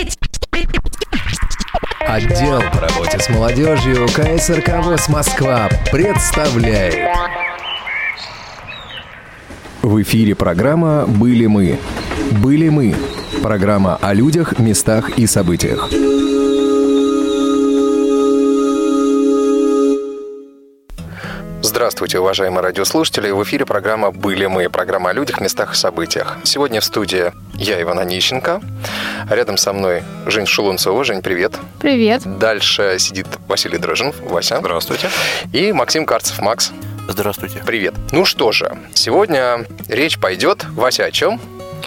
Отдел по работе с молодежью КСРК ВОС Москва представляет. В эфире программа «Были мы». «Были мы». Программа о людях, местах и событиях. Здравствуйте, уважаемые радиослушатели. В эфире программа «Были мы». Программа о людях, местах и событиях. Сегодня в студии я, Иван Онищенко. Рядом со мной Жень Шулунцова. Жень, привет. Привет. Дальше сидит Василий Дрожжин. Вася. Здравствуйте. И Максим Карцев. Макс. Здравствуйте. Привет. Ну что же, сегодня речь пойдет, Вася, о чем?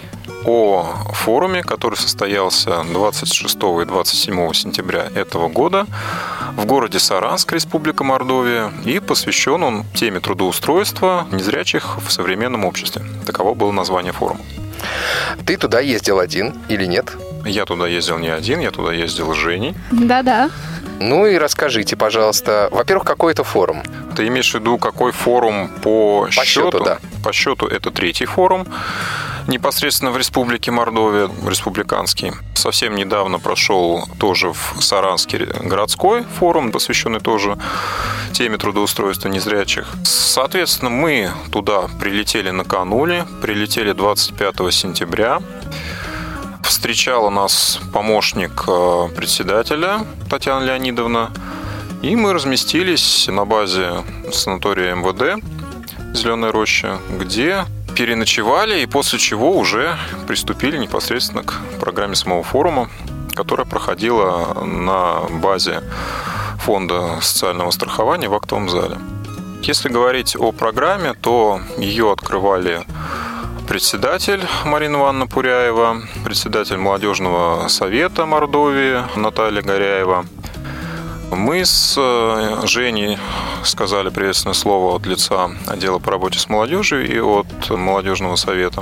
О форуме, который состоялся 26 и 27 сентября этого года в городе Саранск, Республика Мордовия, и посвящен он теме трудоустройства незрячих в современном обществе. Таково было название форума. Ты туда ездил один или нет? Я туда ездил не один, я туда ездил с Женей. Да-да. Ну и расскажите, пожалуйста, во-первых, какой это форум? Ты имеешь в виду, какой форум по счету? Да. По счету это третий форум, непосредственно в Республике Мордовия, республиканский. Совсем недавно прошел тоже в Саранске городской форум, посвященный тоже теме трудоустройства незрячих. Соответственно, мы туда прилетели накануне, прилетели 25 сентября. Встречала нас помощник председателя Татьяна Леонидовна, и мы разместились на базе санатория МВД «Зеленая роща», где переночевали, и после чего уже приступили непосредственно к программе самого форума, которая проходила на базе фонда социального страхования в актовом зале. Если говорить о программе, то ее открывали председатель Марина Ивановна Пуряева, председатель молодежного совета Мордовии Наталья Горяева. Мы с Женей сказали приветственное слово от лица отдела по работе с молодежью и от молодежного совета.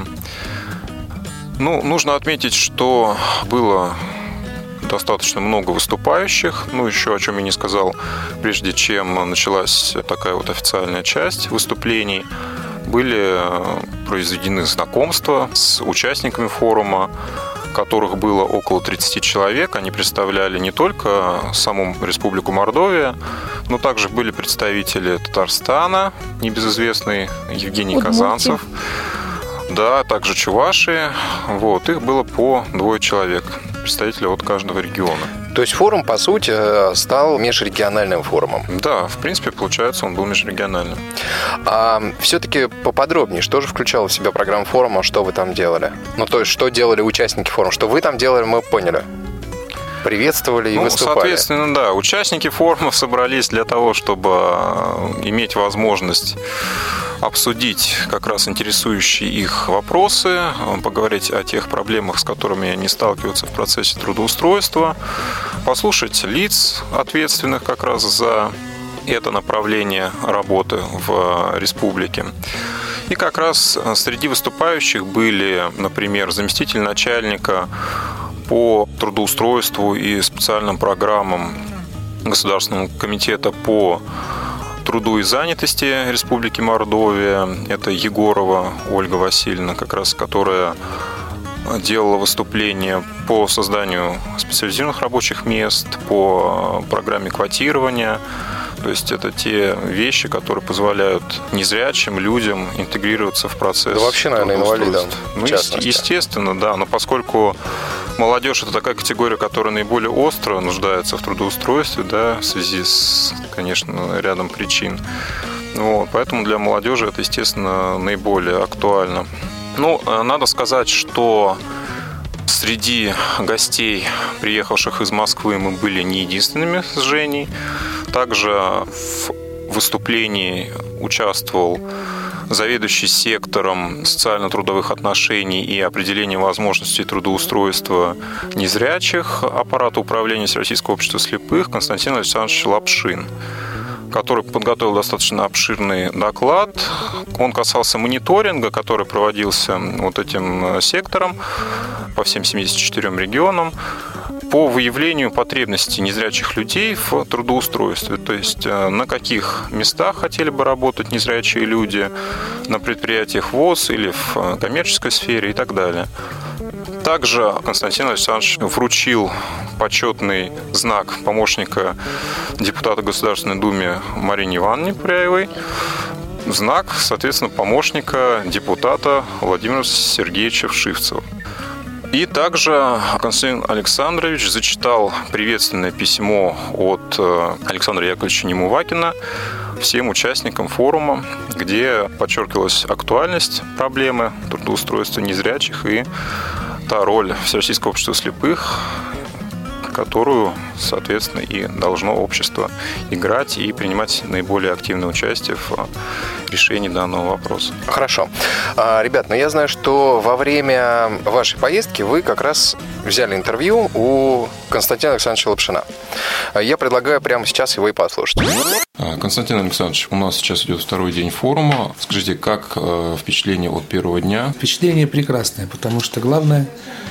Нужно отметить, что было достаточно много выступающих. Еще о чем я не сказал, прежде чем началась такая вот официальная часть выступлений. Были произведены знакомства с участниками форума, которых было около 30 человек. Они представляли не только саму Республику Мордовия, но также были представители Татарстана, небезызвестный Евгений Казанцев. Да, также Чувашии. Их было по 2 человек, представителей от каждого региона. То есть форум, по сути, стал межрегиональным форумом? Да, в принципе, получается, он был межрегиональным. А все-таки поподробнее, что же включала в себя программа форума, что вы там делали? То есть, что делали участники форума? Что вы там делали, мы поняли. Приветствовали и выступали. Соответственно, да, участники форума собрались для того, чтобы иметь возможность обсудить как раз интересующие их вопросы, поговорить о тех проблемах, с которыми они сталкиваются в процессе трудоустройства, послушать лиц, ответственных как раз за это направление работы в республике. И как раз среди выступающих были, например, заместитель начальника по трудоустройству и специальным программам Государственного комитета по труду и занятости Республики Мордовия. Это Егорова Ольга Васильевна, как раз, которая делала выступления по созданию специализированных рабочих мест, по программе квотирования. То есть это те вещи, которые позволяют незрячим людям интегрироваться в процесс. Да вообще, наверное, инвалидам. Естественно, да. Но поскольку молодежь – это такая категория, которая наиболее остро нуждается в трудоустройстве, да, в связи с, конечно, рядом причин. Поэтому для молодежи это, естественно, наиболее актуально. Надо сказать, что среди гостей, приехавших из Москвы, мы были не единственными с Женей. Также в выступлении участвовал заведующий сектором социально-трудовых отношений и определения возможностей трудоустройства незрячих аппарата управления Всероссийского общества слепых Константин Александрович Лапшин, который подготовил достаточно обширный доклад. Он касался мониторинга, который проводился этим сектором по всем 74 регионам по выявлению потребностей незрячих людей в трудоустройстве. То есть на каких местах хотели бы работать незрячие люди, на предприятиях ВОС или в коммерческой сфере и так далее. Также Константин Александрович вручил почетный знак помощника депутата Государственной Думы Марине Ивановне Пряевой, знак, соответственно, помощника депутата Владимира Сергеевича Вшивцева. И также Константин Александрович зачитал приветственное письмо от Александра Яковлевича Немувакина всем участникам форума, где подчеркивалась актуальность проблемы трудоустройства незрячих и та роль Всероссийского общества слепых, которую, соответственно, и должно общество играть и принимать наиболее активное участие в решении данного вопроса. Хорошо. Ребят, я знаю, что во время вашей поездки вы как раз взяли интервью у Константина Александровича Лапшина. Я предлагаю прямо сейчас его и послушать. Константин Александрович, у нас сейчас идет второй день форума. Скажите, как впечатление от первого дня? Впечатление прекрасное, потому что главное,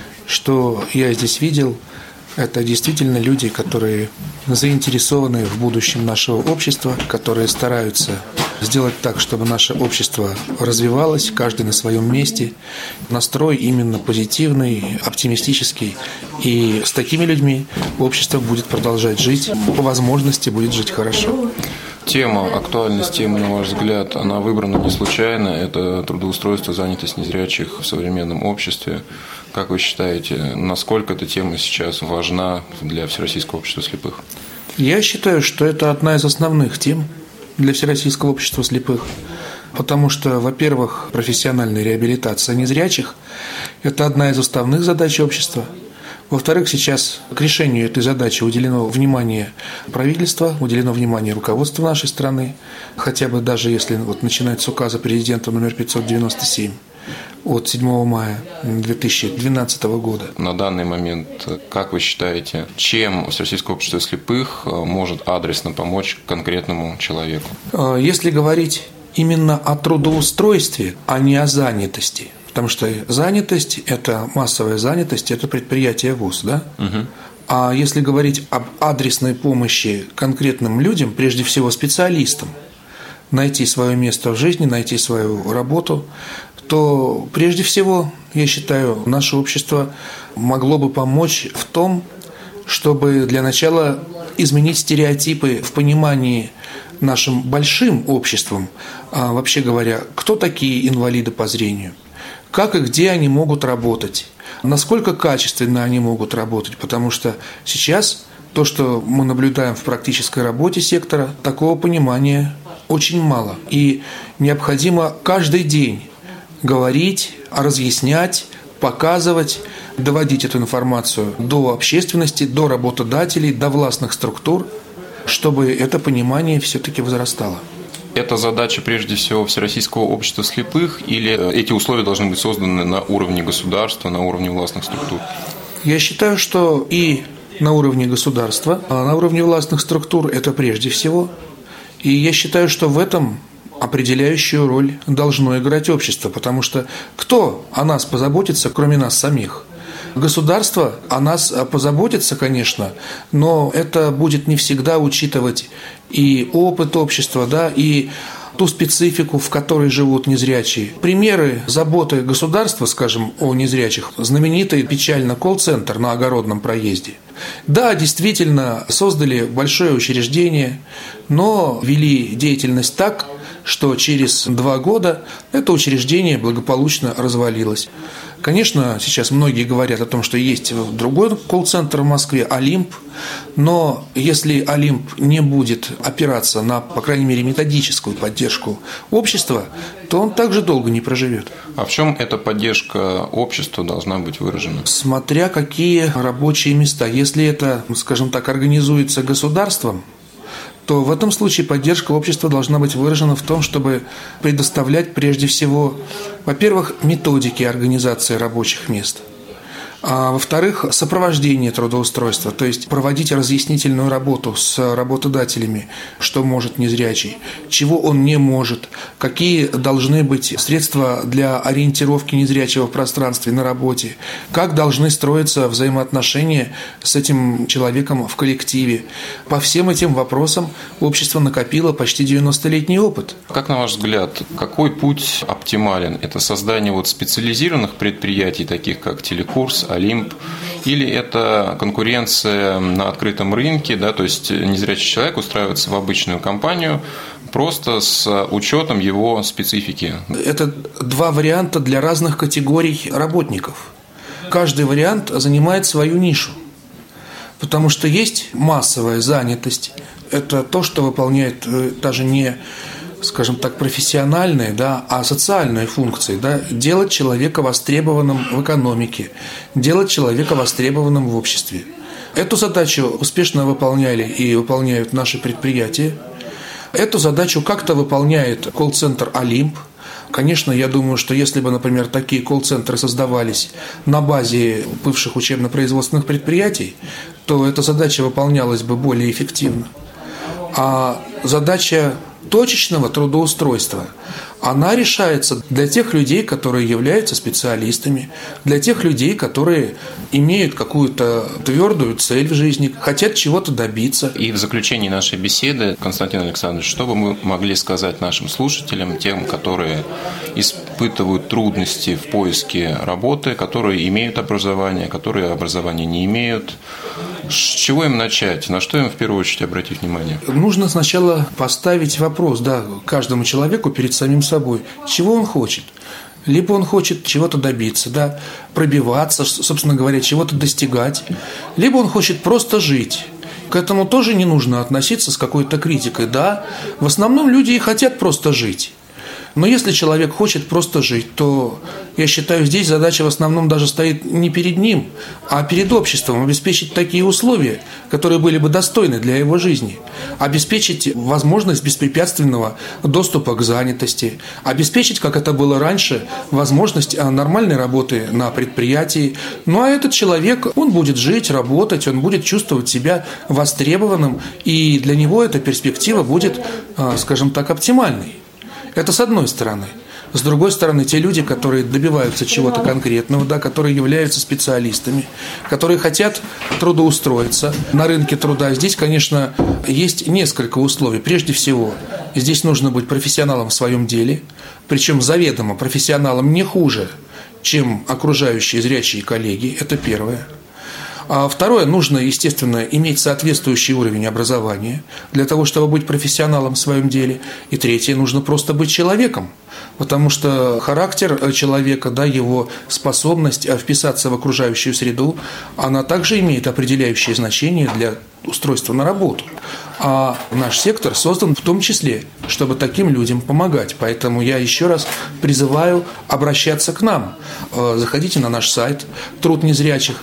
что я здесь видел, это действительно люди, которые заинтересованы в будущем нашего общества, которые стараются сделать так, чтобы наше общество развивалось, каждый на своем месте. Настрой именно позитивный, оптимистический. И с такими людьми общество будет продолжать жить, по возможности будет жить хорошо. Тема, актуальность темы, на ваш взгляд, она выбрана не случайно. Это трудоустройство, занятость незрячих в современном обществе. Как вы считаете, насколько эта тема сейчас важна для Всероссийского общества слепых? Я считаю, что это одна из основных тем для Всероссийского общества слепых, потому что, во-первых, профессиональная реабилитация незрячих – это одна из уставных задач общества. Во-вторых, сейчас к решению этой задачи уделено внимание правительства, уделено внимание руководства нашей страны, хотя бы даже если начинать с указа президента номер 597 от 7 мая 2012 года. На данный момент, как вы считаете, чем Всероссийское общество слепых может адресно помочь конкретному человеку? Если говорить именно о трудоустройстве, а не о занятости, потому что занятость – это массовая занятость, это предприятие ВУЗ, да? Угу. А если говорить об адресной помощи конкретным людям, прежде всего специалистам, найти свое место в жизни, найти свою работу, то прежде всего, я считаю, наше общество могло бы помочь в том, чтобы для начала изменить стереотипы в понимании нашим большим обществом, вообще говоря, кто такие инвалиды по зрению, как и где они могут работать, насколько качественно они могут работать, потому что сейчас то, что мы наблюдаем в практической работе сектора, такого понимания очень мало. И необходимо каждый день говорить, разъяснять, показывать, доводить эту информацию до общественности, до работодателей, до властных структур, чтобы это понимание все-таки возрастало. Это задача прежде всего Всероссийского общества слепых, или эти условия должны быть созданы на уровне государства, на уровне властных структур? Я считаю, что и на уровне государства, а на уровне властных структур это прежде всего. И я считаю, что в этом определяющую роль должно играть общество, потому что кто о нас позаботится, кроме нас самих? Государство о нас позаботится, конечно, но это будет не всегда учитывать и опыт общества, да, и ту специфику, в которой живут незрячие. Примеры заботы государства, скажем, о незрячих, знаменитый печально колл-центр на Огородном проезде. Да, действительно, создали большое учреждение, но вели деятельность так, что через 2 года это учреждение благополучно развалилось. Конечно, сейчас многие говорят о том, что есть другой колл-центр в Москве, Олимп, но если Олимп не будет опираться на, по крайней мере, методическую поддержку общества, то он также долго не проживет. А в чем эта поддержка общества должна быть выражена? Смотря какие рабочие места. Если это, скажем так, организуется государством, то в этом случае поддержка общества должна быть выражена в том, чтобы предоставлять прежде всего, во-первых, методики организации рабочих мест. А во-вторых, сопровождение трудоустройства, то есть проводить разъяснительную работу с работодателями, что может незрячий, чего он не может, какие должны быть средства для ориентировки незрячего в пространстве на работе, как должны строиться взаимоотношения с этим человеком в коллективе. По всем этим вопросам общество накопило почти 90-летний опыт. Как, на ваш взгляд, какой путь оптимален? Это создание специализированных предприятий, таких как Телекурс, Олимп, или это конкуренция на открытом рынке, да, то есть незрячий человек устраивается в обычную компанию просто с учетом его специфики? Это два варианта для разных категорий работников. Каждый вариант занимает свою нишу, потому что есть массовая занятость. Это то, что выполняет даже не, скажем так, профессиональные, да, а социальные функции, да, делать человека востребованным в экономике, делать человека востребованным в обществе. Эту задачу успешно выполняли и выполняют наши предприятия. Эту задачу как-то выполняет колл-центр «Олимп». Конечно, я думаю, что если бы, например, такие колл-центры создавались на базе бывших учебно-производственных предприятий, то эта задача выполнялась бы более эффективно. А задача точечного трудоустройства, она решается для тех людей, которые являются специалистами, для тех людей, которые имеют какую-то твердую цель в жизни, хотят чего-то добиться. И в заключении нашей беседы, Константин Александрович, что бы мы могли сказать нашим слушателям, тем, которые испытывают трудности в поиске работы, которые имеют образование, которые образование не имеют? С чего им начать? На что им в первую очередь обратить внимание? Нужно сначала поставить вопрос, да, каждому человеку перед самим собой, чего он хочет. Либо он хочет чего-то добиться, да, пробиваться, собственно говоря, чего-то достигать, либо он хочет просто жить. К этому тоже не нужно относиться с какой-то критикой, да. В основном люди и хотят просто жить. Но если человек хочет просто жить, то, я считаю, здесь задача в основном даже стоит не перед ним, а перед обществом. Обеспечить такие условия, которые были бы достойны для его жизни. Обеспечить возможность беспрепятственного доступа к занятости. Обеспечить, как это было раньше, возможность нормальной работы на предприятии. Ну а этот человек, он будет жить, работать, он будет чувствовать себя востребованным, и для него эта перспектива будет, скажем так, оптимальной. Это с одной стороны. С другой стороны, те люди, которые добиваются чего-то конкретного, да, которые являются специалистами, которые хотят трудоустроиться на рынке труда, здесь, конечно, есть несколько условий. Прежде всего, здесь нужно быть профессионалом в своем деле, причем заведомо профессионалом не хуже, чем окружающие зрячие коллеги. Это первое. А второе, нужно, естественно, иметь соответствующий уровень образования для того, чтобы быть профессионалом в своем деле. И третье, нужно просто быть человеком, потому что характер человека, да, его способность вписаться в окружающую среду, она также имеет определяющее значение для устройства на работу. А наш сектор создан в том числе, чтобы таким людям помогать. Поэтому я еще раз призываю обращаться к нам. Заходите на наш сайт «Труд незрячих»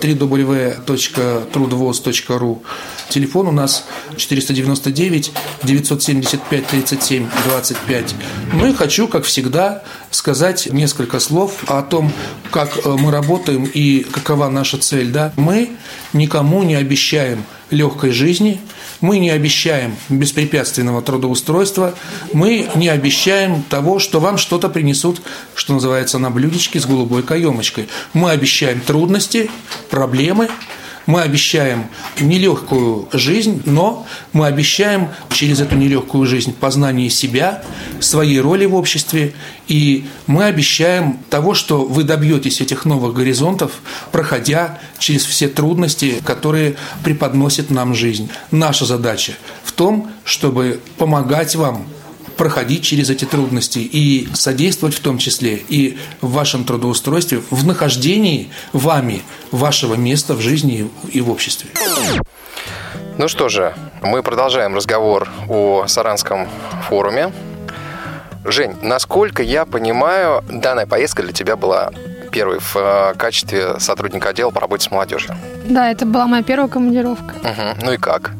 www.trudvoz.ru. Телефон у нас 499 975 37 25. Ну и хочу, как всегда, сказать несколько слов о том, как мы работаем и какова наша цель. Да? Мы никому не обещаем легкой жизни, мы не обещаем беспрепятственного трудоустройства, мы не обещаем того, что вам что-то принесут, что называется, на блюдечке с голубой каемочкой. Мы обещаем трудности, проблемы, мы обещаем нелегкую жизнь, но мы обещаем через эту нелегкую жизнь познание себя, своей роли в обществе, и мы обещаем того, что вы добьетесь этих новых горизонтов, проходя через все трудности, которые преподносит нам жизнь. Наша задача в том, чтобы помогать вам проходить через эти трудности и содействовать в том числе и в вашем трудоустройстве, в нахождении вами вашего места в жизни и в обществе. Ну что же, мы продолжаем разговор о Саранском форуме. Жень, насколько я понимаю, данная поездка для тебя была первой в качестве сотрудника отдела по работе с молодежью. Да, это была моя первая командировка. Угу. Ну и как?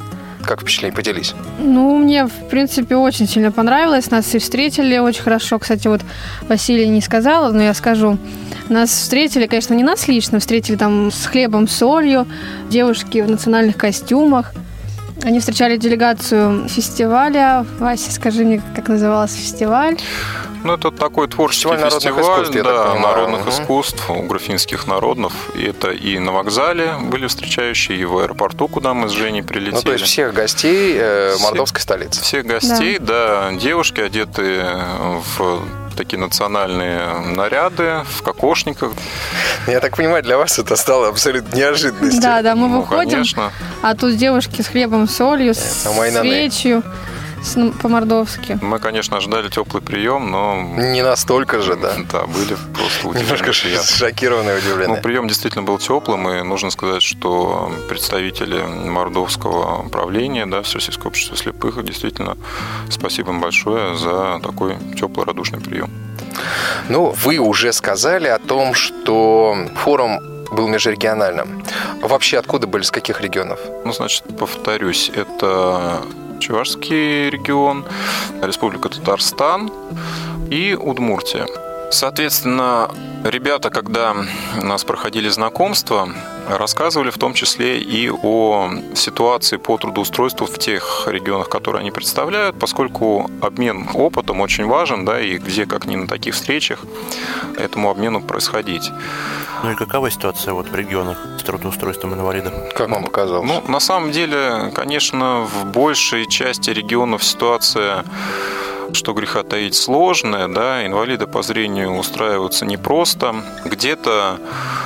Как впечатление? Поделись. Ну, мне, в принципе, очень сильно понравилось. Нас и встретили очень хорошо. Кстати, вот Василий не сказал, но я скажу. Нас встретили, конечно, не нас лично, встретили там с хлебом, солью, девушки в национальных костюмах. Они встречали делегацию фестиваля. Вася, скажи мне, как назывался фестиваль? Ну, это такой творческий фестиваль, народных искусств, угро-финских народов. И это и на вокзале были встречающие, и в аэропорту, куда мы с Женей прилетели. Ну, то есть всех гостей мордовской столицы. Всех гостей, да. Девушки, одетые в такие национальные наряды, в кокошниках. Я так понимаю, для вас это стало абсолютно неожиданностью. Да, мы выходим, конечно. А тут девушки с хлебом, солью, с свечью. По-мордовски. Мы, конечно, ожидали теплый прием, но... Не настолько же, да? Да, были просто удивлены. Немножко шокированные, удивлены. Ну, прием действительно был теплым, и нужно сказать, что представители мордовского правления, да, Всероссийского общества слепых, действительно, спасибо им большое за такой теплый, радушный прием. Ну, вы уже сказали о том, что форум был межрегиональным. Вообще, откуда были, с каких регионов? Ну, значит, повторюсь, это Чувашский регион, Республика Татарстан и Удмуртия. Соответственно, ребята, когда у нас проходили знакомства, рассказывали в том числе и о ситуации по трудоустройству в тех регионах, которые они представляют, поскольку обмен опытом очень важен, да, и где, как ни на таких встречах, этому обмену происходить. Ну и какова ситуация вот в регионах с трудоустройством инвалидов? Как вам показалось? Ну, на самом деле, конечно, в большей части регионов ситуация, что греха таить, сложная, да, инвалиды по зрению устраиваются непросто. Где-то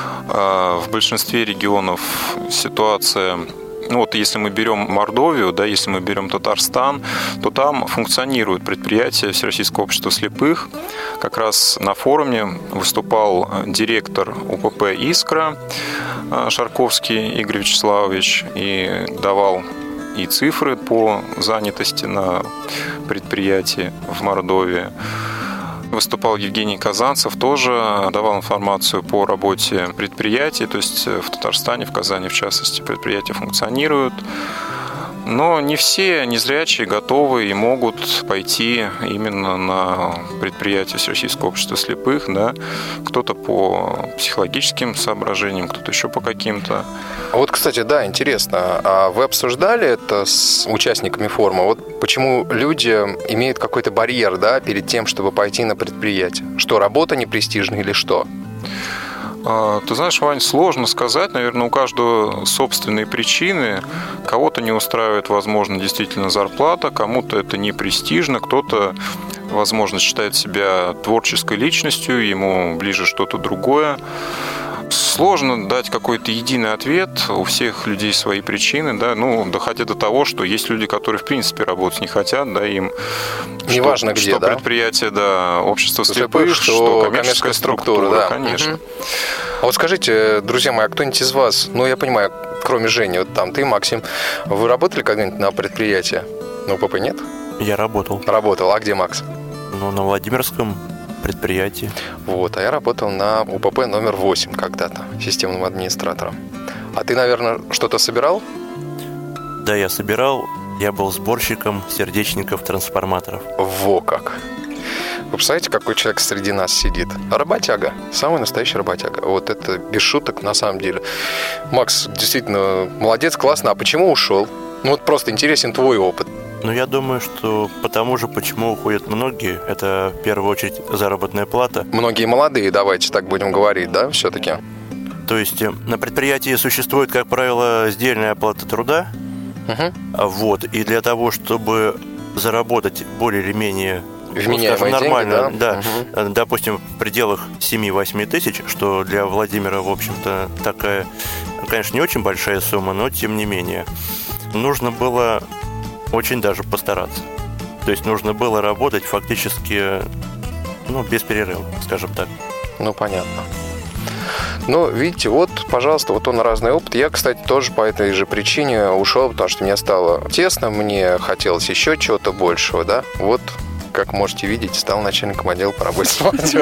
в большинстве регионов ситуация, ну вот если мы берем Мордовию, да, если мы берем Татарстан, то там функционируют предприятия Всероссийского общества слепых. Как раз на форуме выступал директор УПП «Искра» Шарковский Игорь Вячеславович и давал и цифры по занятости на предприятии в Мордовии. Выступал Евгений Казанцев, тоже давал информацию по работе предприятий, то есть в Татарстане, в Казани, в частности, предприятия функционируют. Но не все незрячие готовы и могут пойти именно на предприятие Всероссийского общества слепых, да? Кто-то по психологическим соображениям, кто-то еще по каким-то. А вот, кстати, да, интересно, а вы обсуждали это с участниками форума? Вот почему люди имеют какой-то барьер, да, перед тем, чтобы пойти на предприятие? Что, работа непрестижная или что? Ты знаешь, Вань, сложно сказать. Наверное, у каждого собственные причины. Кого-то не устраивает, возможно, действительно зарплата, кому-то это не престижно, кто-то, возможно, считает себя творческой личностью, ему ближе что-то другое. Сложно дать какой-то единый ответ, у всех людей свои причины, да, ну, доходя до того, что есть люди, которые, в принципе, работать не хотят, да, им неважно где, что да? Предприятие, да, общество слепых, что коммерческая структура, да, конечно. А вот скажите, друзья мои, а кто-нибудь из вас, ну, я понимаю, кроме Жени, вот там ты, Максим, вы работали когда-нибудь на предприятии? На УПП нет? Я работал. Работал, а где Макс? Ну, на Владимирском предприятии. Вот, а я работал на УПП номер 8 когда-то, системным администратором. А ты, наверное, что-то собирал? Да, я собирал. Я был сборщиком сердечников трансформаторов. Во как! Вы представляете, какой человек среди нас сидит? Работяга, самый настоящий работяга. Вот это без шуток на самом деле. Макс, действительно, молодец, классно. А почему ушел? Ну вот просто интересен твой опыт. Ну, я думаю, что потому же, почему уходят многие, это в первую очередь заработная плата. Многие молодые, давайте так будем говорить, да, все-таки? То есть на предприятии существует, как правило, сдельная оплата труда. Вот, и для того, чтобы заработать более или менее, скажем, нормально, деньги, да? Да, допустим, в пределах 7-8 тысяч, что для Владимира, в общем-то, такая, конечно, не очень большая сумма, но тем не менее, нужно было очень даже постараться. То есть нужно было работать фактически, ну, без перерыва, скажем так. Ну, понятно. Ну, видите, вот, пожалуйста, вот он разный опыт. Я, кстати, тоже по этой же причине ушел, потому что мне стало тесно, мне хотелось еще чего-то большего, да. Вот, как можете видеть, стал начальником отдела по работе с молодежью.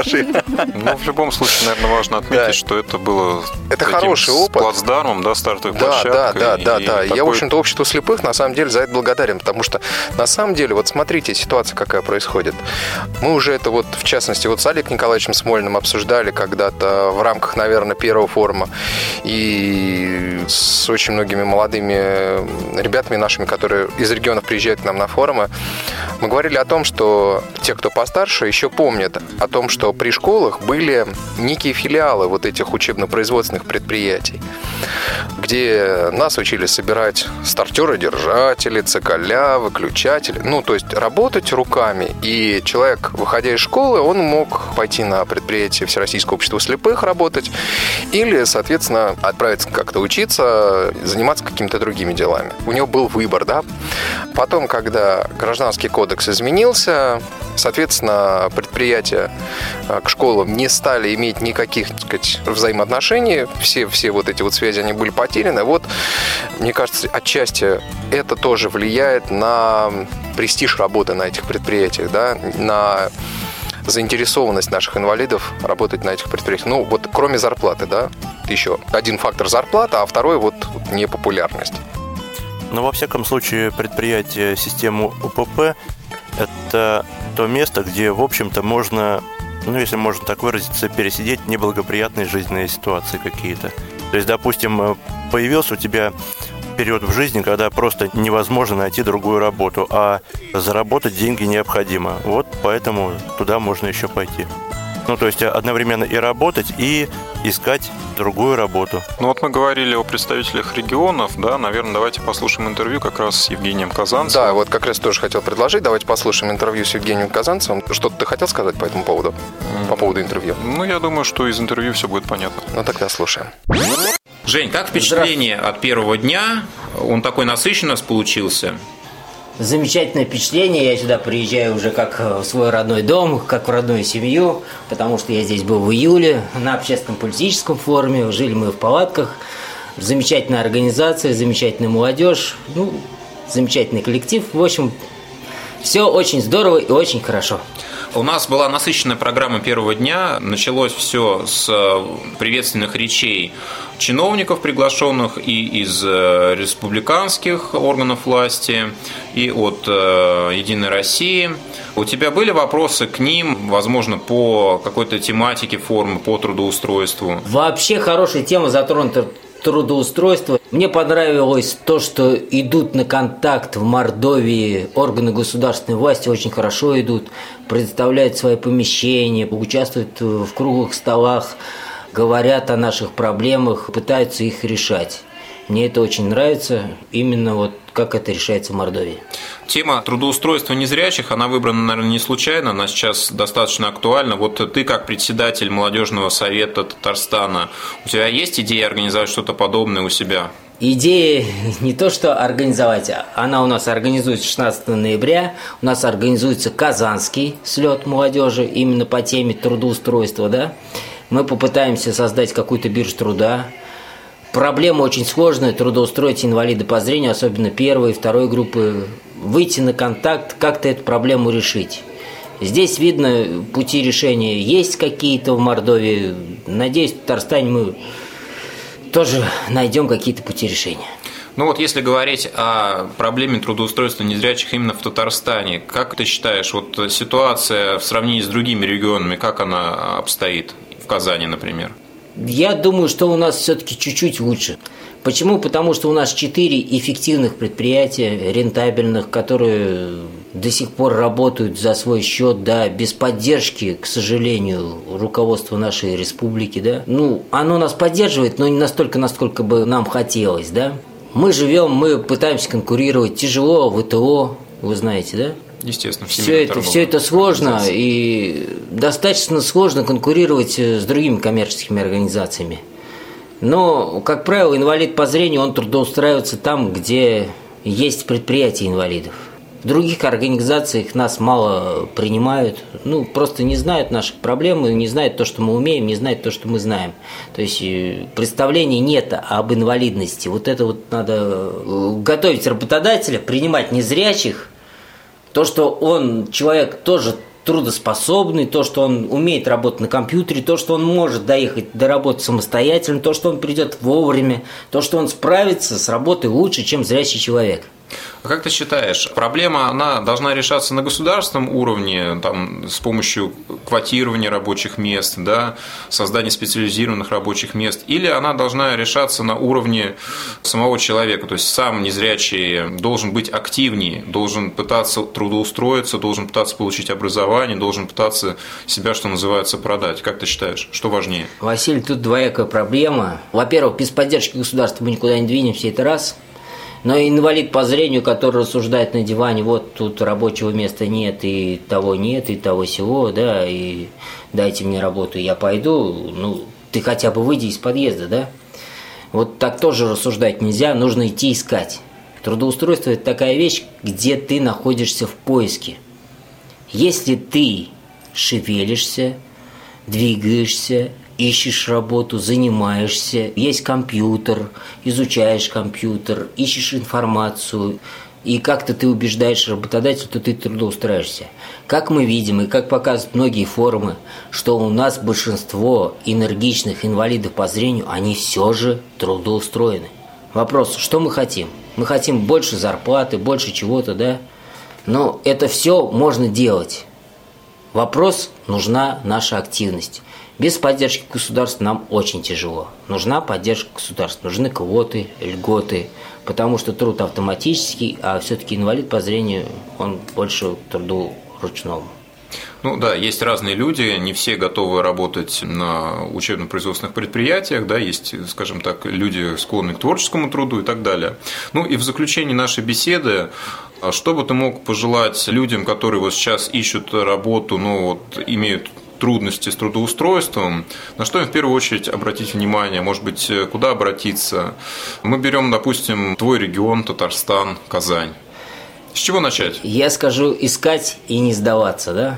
Ну, в любом случае, наверное, важно отметить, что это было хороший опыт. Плацдармом, да, стартовой площадкой. Да. Я, в общем-то, обществу слепых на самом деле за это благодарен, потому что на самом деле, вот смотрите, ситуация какая происходит. Мы уже это вот, в частности, вот с Олегом Николаевичем Смольным обсуждали когда-то в рамках, наверное, первого форума, и с очень многими молодыми ребятами нашими, которые из регионов приезжают к нам на форумы. Мы говорили о том, что те, кто постарше, еще помнят о том, что при школах были некие филиалы вот этих учебно-производственных предприятий, где нас учили собирать стартеры-держатели, цоколя, выключатели. Ну, то есть работать руками. И человек, выходя из школы, он мог пойти на предприятие Всероссийского общества слепых работать или, соответственно, отправиться как-то учиться, заниматься какими-то другими делами. У него был выбор, да. Потом, когда Гражданский кодекс изменился, соответственно, предприятия к школам не стали иметь никаких, так сказать, взаимоотношений, все вот эти вот связи, они были потеряны. Вот, мне кажется, отчасти это тоже влияет на престиж работы на этих предприятиях, да, на заинтересованность наших инвалидов работать на этих предприятиях. Ну, вот кроме зарплаты, да, еще один фактор зарплата, а второй вот непопулярность. Но во всяком случае предприятие системы УПП – это то место, где, в общем-то, можно, ну, если можно так выразиться, пересидеть неблагоприятные жизненные ситуации какие-то. То есть, допустим, появился у тебя период в жизни, когда просто невозможно найти другую работу, а заработать деньги необходимо. Вот поэтому туда можно еще пойти. Ну, то есть одновременно и работать, и искать другую работу. Ну, вот мы говорили о представителях регионов, да, наверное, давайте послушаем интервью как раз с Евгением Казанцевым. Да, вот как раз тоже хотел предложить, давайте послушаем интервью с Евгением Казанцевым. Что-то ты хотел сказать по этому поводу, по поводу интервью? Ну, я думаю, что из интервью все будет понятно. Ну, тогда слушаем. Жень, как впечатление от первого дня? Он такой насыщенный у нас получился. Замечательное впечатление. Я сюда приезжаю уже как в свой родной дом, как в родную семью, потому что я здесь был в июле на общественном политическом форуме. Жили мы в палатках. Замечательная организация, замечательная молодежь, ну, замечательный коллектив. В общем, все очень здорово и очень хорошо. У нас была насыщенная программа первого дня. Началось все с приветственных речей чиновников, приглашенных и из республиканских органов власти, и от «Единой России». У тебя были вопросы к ним, возможно, по какой-то тематике форума, по трудоустройству? Вообще хорошая тема затронута. Трудоустройство. Мне понравилось то, что идут на контакт в Мордовии органы государственной власти, очень хорошо идут, предоставляют свои помещения, участвуют в круглых столах, говорят о наших проблемах, пытаются их решать. Мне это очень нравится, именно вот как это решается в Мордовии. Тема трудоустройства незрячих, она выбрана, наверное, не случайно, она сейчас достаточно актуальна. Вот ты, как председатель молодежного совета Татарстана, у тебя есть идея организовать что-то подобное у себя? Идея не то, что организовать, она у нас организуется 16 ноября, у нас организуется казанский слет молодежи именно по теме трудоустройства, да. Мы попытаемся создать какую-то биржу труда. Проблема очень сложная, трудоустроить инвалида по зрению, особенно первой и второй группы, выйти на контакт, как-то эту проблему решить. Здесь видно, пути решения есть какие-то в Мордовии. Надеюсь, в Татарстане мы тоже найдем какие-то пути решения. Ну вот если говорить о проблеме трудоустройства незрячих именно в Татарстане, как ты считаешь, вот ситуация в сравнении с другими регионами, как она обстоит в Казани, например? Я думаю, что у нас все-таки чуть-чуть лучше. Почему? Потому что у нас 4 эффективных предприятия, рентабельных, которые до сих пор работают за свой счет, да, без поддержки, к сожалению, руководства нашей республики, да. Ну, оно нас поддерживает, но не настолько, насколько бы нам хотелось, да. Мы живем, мы пытаемся конкурировать, тяжело, ВТО, вы знаете, да. Естественно, все это сложно, и достаточно сложно конкурировать с другими коммерческими организациями. Но, как правило, инвалид по зрению, он трудоустраивается там, где есть предприятия инвалидов. В других организациях нас мало принимают, ну, просто не знают наших проблем, не знают то, что мы умеем, не знают то, что мы знаем. То есть представления нет об инвалидности. Вот это вот надо готовить работодателя, принимать незрячих. То, что он, человек, тоже трудоспособный, то, что он умеет работать на компьютере, то, что он может доехать до работы самостоятельно, то, что он придет вовремя, то, что он справится с работой лучше, чем зрячий человек. А как ты считаешь, проблема, она должна решаться на государственном уровне, там, с помощью квотирования рабочих мест, да, создания специализированных рабочих мест, или она должна решаться на уровне самого человека, то есть сам незрячий должен быть активнее, должен пытаться трудоустроиться, должен пытаться получить образование, должен пытаться себя, что называется, продать. Как ты считаешь, что важнее? Василий, тут двоякая проблема. Во-первых, без поддержки государства мы никуда не двинемся, это раз. Но инвалид по зрению, который рассуждает на диване, вот тут рабочего места нет, и того сего, да, и дайте мне работу, я пойду, ну, ты хотя бы выйди из подъезда, да. Вот так тоже рассуждать нельзя, нужно идти искать. Трудоустройство – это такая вещь, где ты находишься в поиске. Если ты шевелишься, двигаешься, ищешь работу, занимаешься, есть компьютер, изучаешь компьютер, ищешь информацию, и как-то ты убеждаешь работодателя, то ты трудоустраиваешься. Как мы видим, и как показывают многие форумы, что у нас большинство энергичных инвалидов по зрению, они все же трудоустроены. Вопрос, что мы хотим? Мы хотим больше зарплаты, больше чего-то, да? Но это все можно делать. Вопрос, нужна наша активность. Без поддержки государства нам очень тяжело. Нужна поддержка государства, нужны квоты, льготы, потому что труд автоматический, а все-таки инвалид по зрению, он больше к труду ручному. Ну да, есть разные люди, не все готовы работать на учебно-производственных предприятиях, да, есть, скажем так, люди, склонные к творческому труду и так далее. Ну и в заключении нашей беседы, что бы ты мог пожелать людям, которые вот сейчас ищут работу, но вот имеют трудности с трудоустройством, на что им в первую очередь обратить внимание, может быть, куда обратиться? Мы берем, допустим, твой регион, Татарстан, Казань. С чего начать? Я скажу, искать и не сдаваться, да?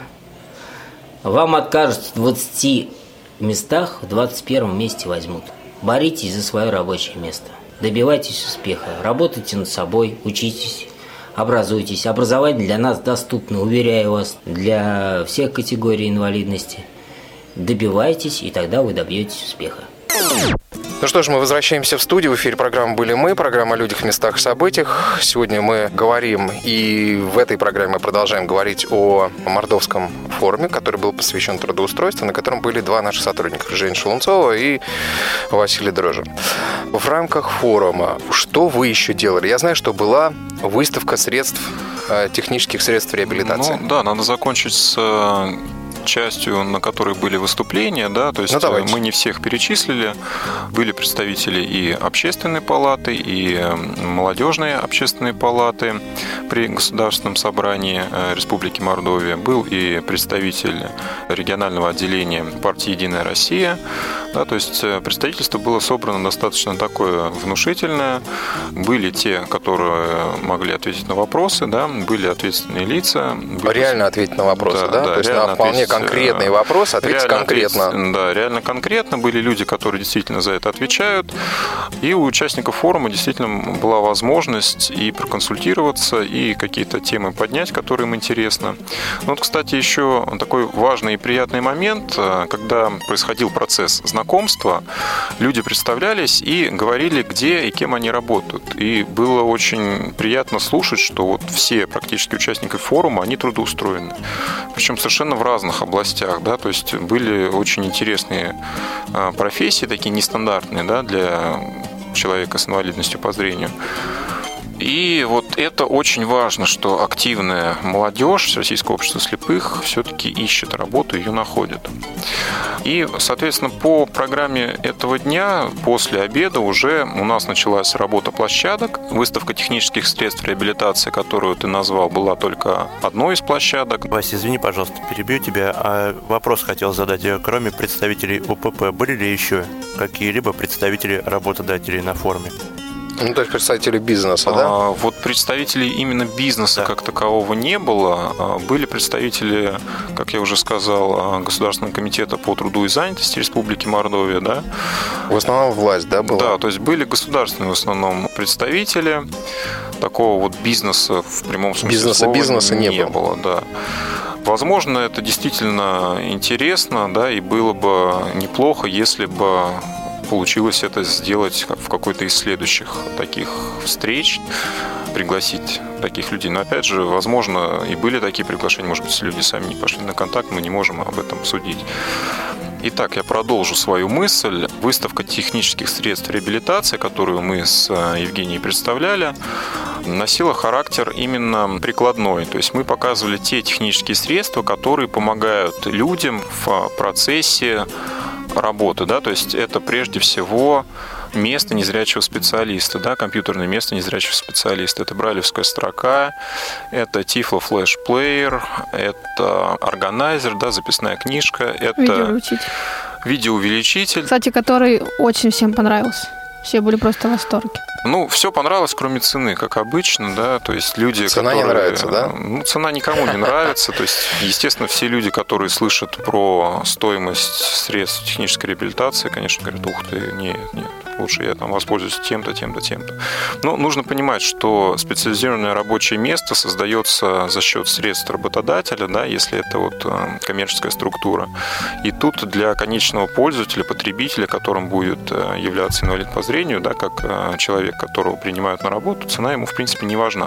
Вам откажут в 20 местах, в 21 месте возьмут. Боритесь за свое рабочее место, добивайтесь успеха, работайте над собой, учитесь, образуйтесь. Образование для нас доступно, уверяю вас, для всех категорий инвалидности. Добивайтесь, и тогда вы добьетесь успеха. Ну что ж, мы возвращаемся в студию. В эфире программы «Были мы», программа о людях, местах и событиях. Сегодня мы говорим, и в этой программе мы продолжаем говорить о Мордовском форуме, который был посвящен трудоустройству, на котором были два наших сотрудника, Женя Шелунцова и Василий Дрожин. В рамках форума что вы еще делали? Я знаю, что была выставка технических средств реабилитации. Ну да, надо закончить с частью, на которой были выступления, да, то есть мы не всех перечислили, были представители и общественной палаты, и молодежные общественные палаты при Государственном собрании Республики Мордовия, был и представитель регионального отделения партии «Единая Россия», да, то есть представительство было собрано достаточно такое внушительное, были те, которые могли ответить на вопросы, да, были ответственные лица. Реально ответить на вопросы, да? То есть на вполне конкретные вопросы ответить конкретно. Да, реально конкретно. Были люди, которые действительно за это отвечают. И у участников форума действительно была возможность и проконсультироваться, и какие-то темы поднять, которые им интересны. Вот, кстати, еще такой важный и приятный момент, когда происходил процесс знакомства, люди представлялись и говорили, где и кем они работают. И было очень приятно слушать, что вот все практически участники форума, они трудоустроены. Причем совершенно в разных областях, да, то есть были очень интересные профессии, такие нестандартные, да, для человека с инвалидностью по зрению. И вот это очень важно, что активная молодежь Российского общества слепых все-таки ищет работу, ее находит. И, соответственно, по программе этого дня, после обеда уже у нас началась работа площадок. Выставка технических средств реабилитации, которую ты назвал, была только одной из площадок. Вася, извини, пожалуйста, перебью тебя. А вопрос хотел задать. Кроме представителей УПП, были ли еще какие-либо представители работодателей на форуме? Ну, то есть представители бизнеса, да? Вот представителей именно бизнеса как такового не было. Были представители, как я уже сказал, Государственного комитета по труду и занятости Республики Мордовия, да? В основном власть, да, была? Да, то есть были государственные в основном представители. Такого вот бизнеса в прямом смысле слова бизнеса не было, да. Возможно, это действительно интересно, да, и было бы неплохо, если бы получилось это сделать в какой-то из следующих таких встреч, пригласить таких людей. Но опять же, возможно, и были такие приглашения, может быть, люди сами не пошли на контакт, мы не можем об этом судить. Итак, я продолжу свою мысль. Выставка технических средств реабилитации, которую мы с Евгенией представляли, носила характер именно прикладной. То есть мы показывали те технические средства, которые помогают людям в процессе работы. Да? То есть это прежде всего место незрячего специалиста, да, компьютерное место незрячего специалиста. Это брайлевская строка, это Tiflo Flash Player, это органайзер, да, записная книжка, это видеоувеличитель. Кстати, который очень всем понравился. Все были просто в восторге. Ну, все понравилось, кроме цены, как обычно, да, то есть люди, цена которые... не нравится, да? Ну, цена никому не нравится, то есть, естественно, все люди, которые слышат про стоимость средств технической реабилитации, конечно, говорят, ух ты, нет, лучше я там воспользуюсь тем-то, тем-то, тем-то. Но нужно понимать, что специализированное рабочее место создается за счет средств работодателя, да, если это вот коммерческая структура. И тут для конечного пользователя, потребителя, которым будет являться инвалид по зрению, да, как человек, которого принимают на работу, цена ему, в принципе, не важна.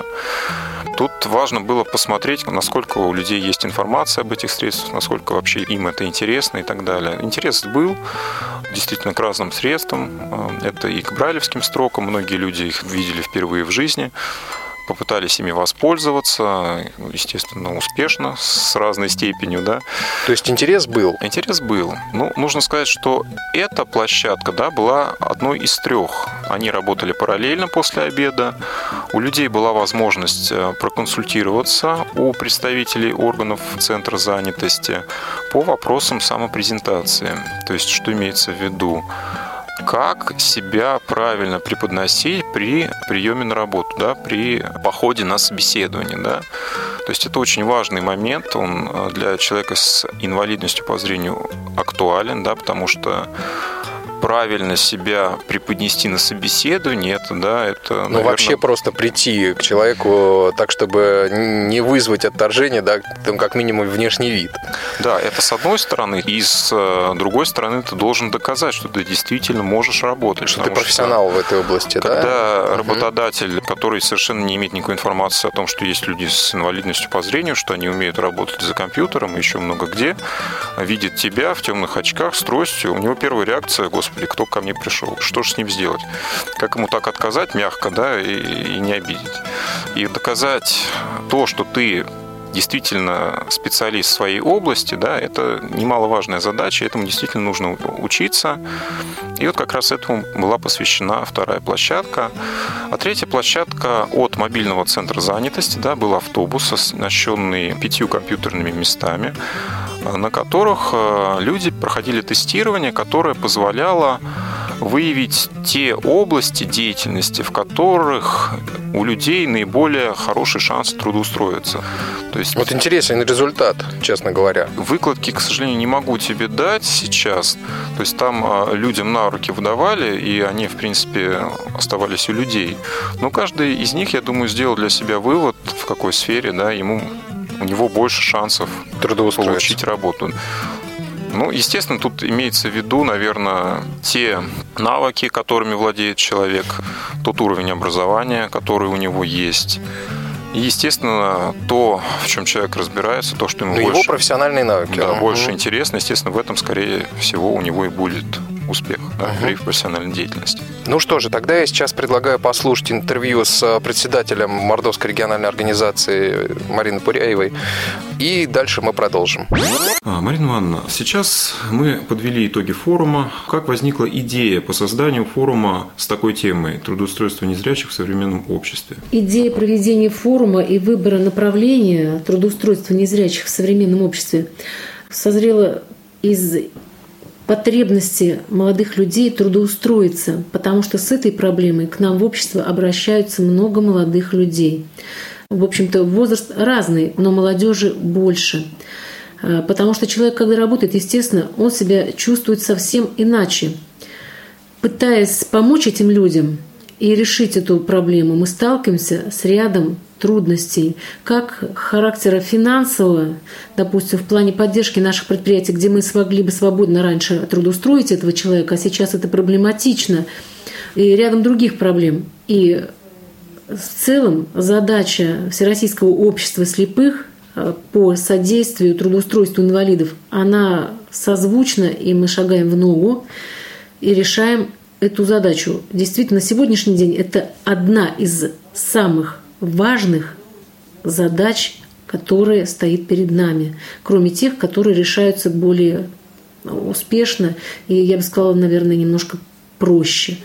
Тут важно было посмотреть, насколько у людей есть информация об этих средствах, насколько вообще им это интересно и так далее. Интерес был действительно к разным средствам. Это и к брайлевским строкам. Многие люди их видели впервые в жизни, попытались ими воспользоваться, естественно, успешно, с разной степенью, да. То есть интерес был? Интерес был. Ну, нужно сказать, что эта площадка, да, была одной из 3. Они работали параллельно после обеда. У людей была возможность проконсультироваться у представителей органов Центра занятости по вопросам самопрезентации. То есть, что имеется в виду? Как себя правильно преподносить при приеме на работу, да, при походе на собеседование. Да. То есть это очень важный момент, он для человека с инвалидностью по зрению актуален, да, потому что правильно себя преподнести на собеседовании, это, да, это, наверное... Ну, вообще просто прийти к человеку так, чтобы не вызвать отторжение, да, там, как минимум внешний вид. Да, это с одной стороны, и с другой стороны ты должен доказать, что ты действительно можешь работать. Что ты профессионал в этой области, когда да? Когда работодатель, который совершенно не имеет никакой информации о том, что есть люди с инвалидностью по зрению, что они умеют работать за компьютером и еще много где, видит тебя в темных очках с тростью, у него первая реакция: господи, кто ко мне пришел, что же с ним сделать, как ему так отказать мягко, да, и не обидеть. И доказать то, что ты действительно специалист в своей области, да, это немаловажная задача, этому действительно нужно учиться. И вот как раз этому была посвящена 2-я площадка. А 3-я площадка от мобильного центра занятости, да, был автобус, оснащенный 5 компьютерными местами, на которых люди проходили тестирование, которое позволяло выявить те области деятельности, в которых у людей наиболее хороший шанс трудоустроиться. То есть, вот интересный результат, честно говоря. Выкладки, к сожалению, не могу тебе дать сейчас. То есть там людям на руки выдавали, и они, в принципе, оставались у людей. Но каждый из них, я думаю, сделал для себя вывод, в какой сфере, да, у него больше шансов получить работу. Ну, естественно, тут имеется в виду, наверное, те навыки, которыми владеет человек, тот уровень образования, который у него есть. И, естественно, то, в чем человек разбирается, то, что ему больше... Его профессиональные навыки. Да, больше интересно, естественно, в этом, скорее всего, у него и будет успех, да, при профессиональной деятельности. Ну что же, тогда я сейчас предлагаю послушать интервью с председателем Мордовской региональной организации Мариной Пуряевой, и дальше мы продолжим. Марина Ивановна, сейчас мы подвели итоги форума. Как возникла идея по созданию форума с такой темой «Трудоустройство незрячих в современном обществе»? Идея проведения форума и выбора направления трудоустройства незрячих в современном обществе созрела из потребности молодых людей трудоустроиться, потому что с этой проблемой к нам в общество обращаются много молодых людей. В общем-то, возраст разный, но молодежи больше. Потому что человек, когда работает, естественно, он себя чувствует совсем иначе. Пытаясь помочь этим людям и решить эту проблему, мы сталкиваемся с рядом трудностей, как характера финансового, допустим, в плане поддержки наших предприятий, где мы смогли бы свободно раньше трудоустроить этого человека, а сейчас это проблематично, и рядом других проблем. И в целом задача Всероссийского общества слепых по содействию трудоустройству инвалидов, она созвучна, и мы шагаем в ногу и решаем эту задачу. Действительно, на сегодняшний день это одна из самых важных задач, которая стоит перед нами, кроме тех, которые решаются более успешно и, я бы сказала, наверное, немножко проще.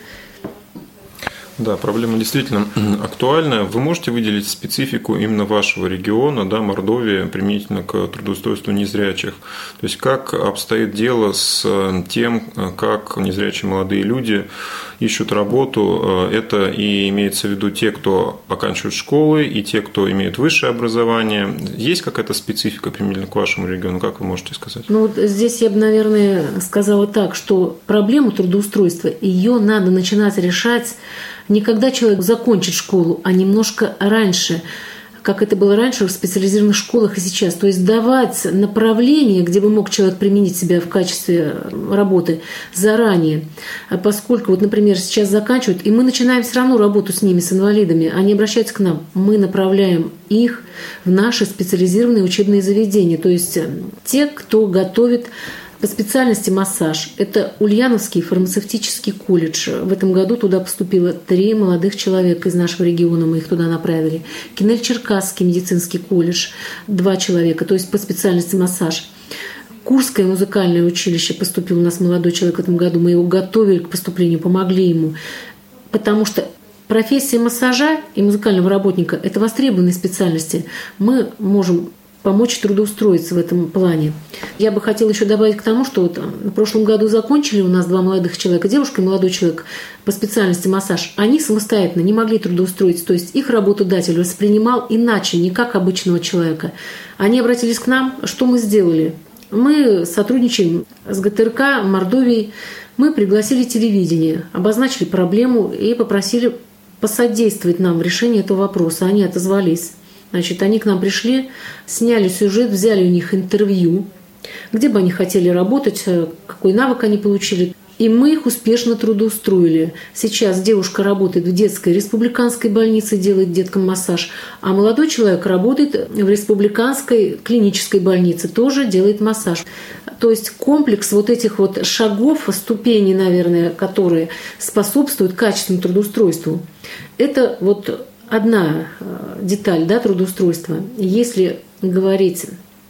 Да, проблема действительно актуальная. Вы можете выделить специфику именно вашего региона, да, Мордовии, применительно к трудоустройству незрячих? То есть как обстоит дело с тем, как незрячие молодые люди ищут работу? Это и имеется в виду те, кто оканчивают школы, и те, кто имеют высшее образование. Есть какая-то специфика применительно к вашему региону? Как вы можете сказать? Ну, вот здесь я бы, наверное, сказала так, что проблему трудоустройства, ее надо начинать решать не когда человек закончит школу, а немножко раньше, как это было раньше в специализированных школах и сейчас. То есть давать направление, где бы мог человек применить себя в качестве работы заранее. Поскольку, вот, например, сейчас заканчивают, и мы начинаем все равно работу с ними, с инвалидами, они обращаются к нам, мы направляем их в наши специализированные учебные заведения. То есть те, кто готовит по специальности массаж. Это Ульяновский фармацевтический колледж. В этом году туда поступило 3 молодых человека из нашего региона, мы их туда направили. Кинель-Черкасский медицинский колледж, 2 человека, то есть по специальности массаж. Курское музыкальное училище поступил у нас молодой человек в этом году. Мы его готовили к поступлению, помогли ему. Потому что профессия массажа и музыкального работника – это востребованные специальности. Мы можем помочь трудоустроиться в этом плане. Я бы хотела еще добавить к тому, что вот в прошлом году закончили у нас 2 молодых человека, девушка и молодой человек по специальности массаж. Они самостоятельно не могли трудоустроиться, то есть их работодатель воспринимал иначе, не как обычного человека. Они обратились к нам, что мы сделали? Мы сотрудничаем с ГТРК Мордовии, мы пригласили телевидение, обозначили проблему и попросили посодействовать нам в решении этого вопроса. Они отозвались. Значит, они к нам пришли, сняли сюжет, взяли у них интервью, где бы они хотели работать, какой навык они получили. И мы их успешно трудоустроили. Сейчас девушка работает в детской республиканской больнице, делает деткам массаж, а молодой человек работает в республиканской клинической больнице, тоже делает массаж. То есть комплекс вот этих вот шагов, ступеней, наверное, которые способствуют качественному трудоустройству, это вот одна деталь, да, трудоустройства. Если говорить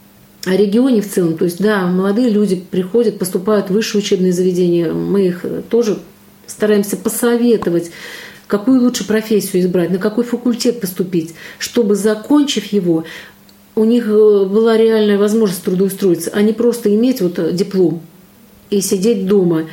о регионе в целом, то есть, да, молодые люди приходят, поступают в высшие учебные заведения, мы их тоже стараемся посоветовать, какую лучше профессию избрать, на какой факультет поступить, чтобы, закончив его, у них была реальная возможность трудоустроиться, а не просто иметь вот диплом и сидеть дома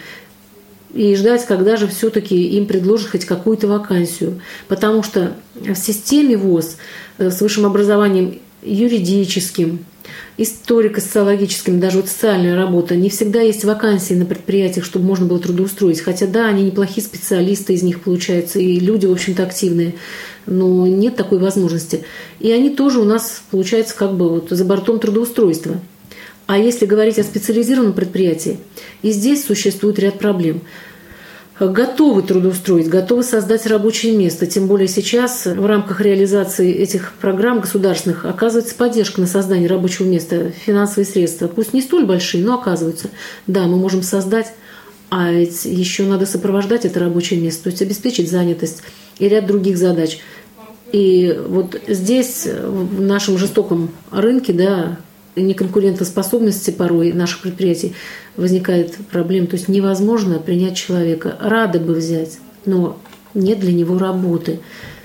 и ждать, когда же все-таки им предложат хоть какую-то вакансию. Потому что в системе ВОС с высшим образованием юридическим, историко-социологическим, даже вот социальная работа, не всегда есть вакансии на предприятиях, чтобы можно было трудоустроить. Хотя да, они неплохие специалисты из них получаются, и люди, в общем-то, активные, но нет такой возможности. И они тоже у нас, получается, как бы вот за бортом трудоустройства. А если говорить о специализированном предприятии, и здесь существует ряд проблем. Готовы трудоустроить, готовы создать рабочее место. Тем более сейчас в рамках реализации этих программ государственных оказывается поддержка на создание рабочего места, финансовые средства. Пусть не столь большие, но оказываются. Да, мы можем создать, а ведь еще надо сопровождать это рабочее место, то есть обеспечить занятость и ряд других задач. И вот здесь, в нашем жестоком рынке, да, неконкурентоспособности порой наших предприятий возникает проблема. То есть невозможно принять человека. Рады бы взять, но нет для него работы.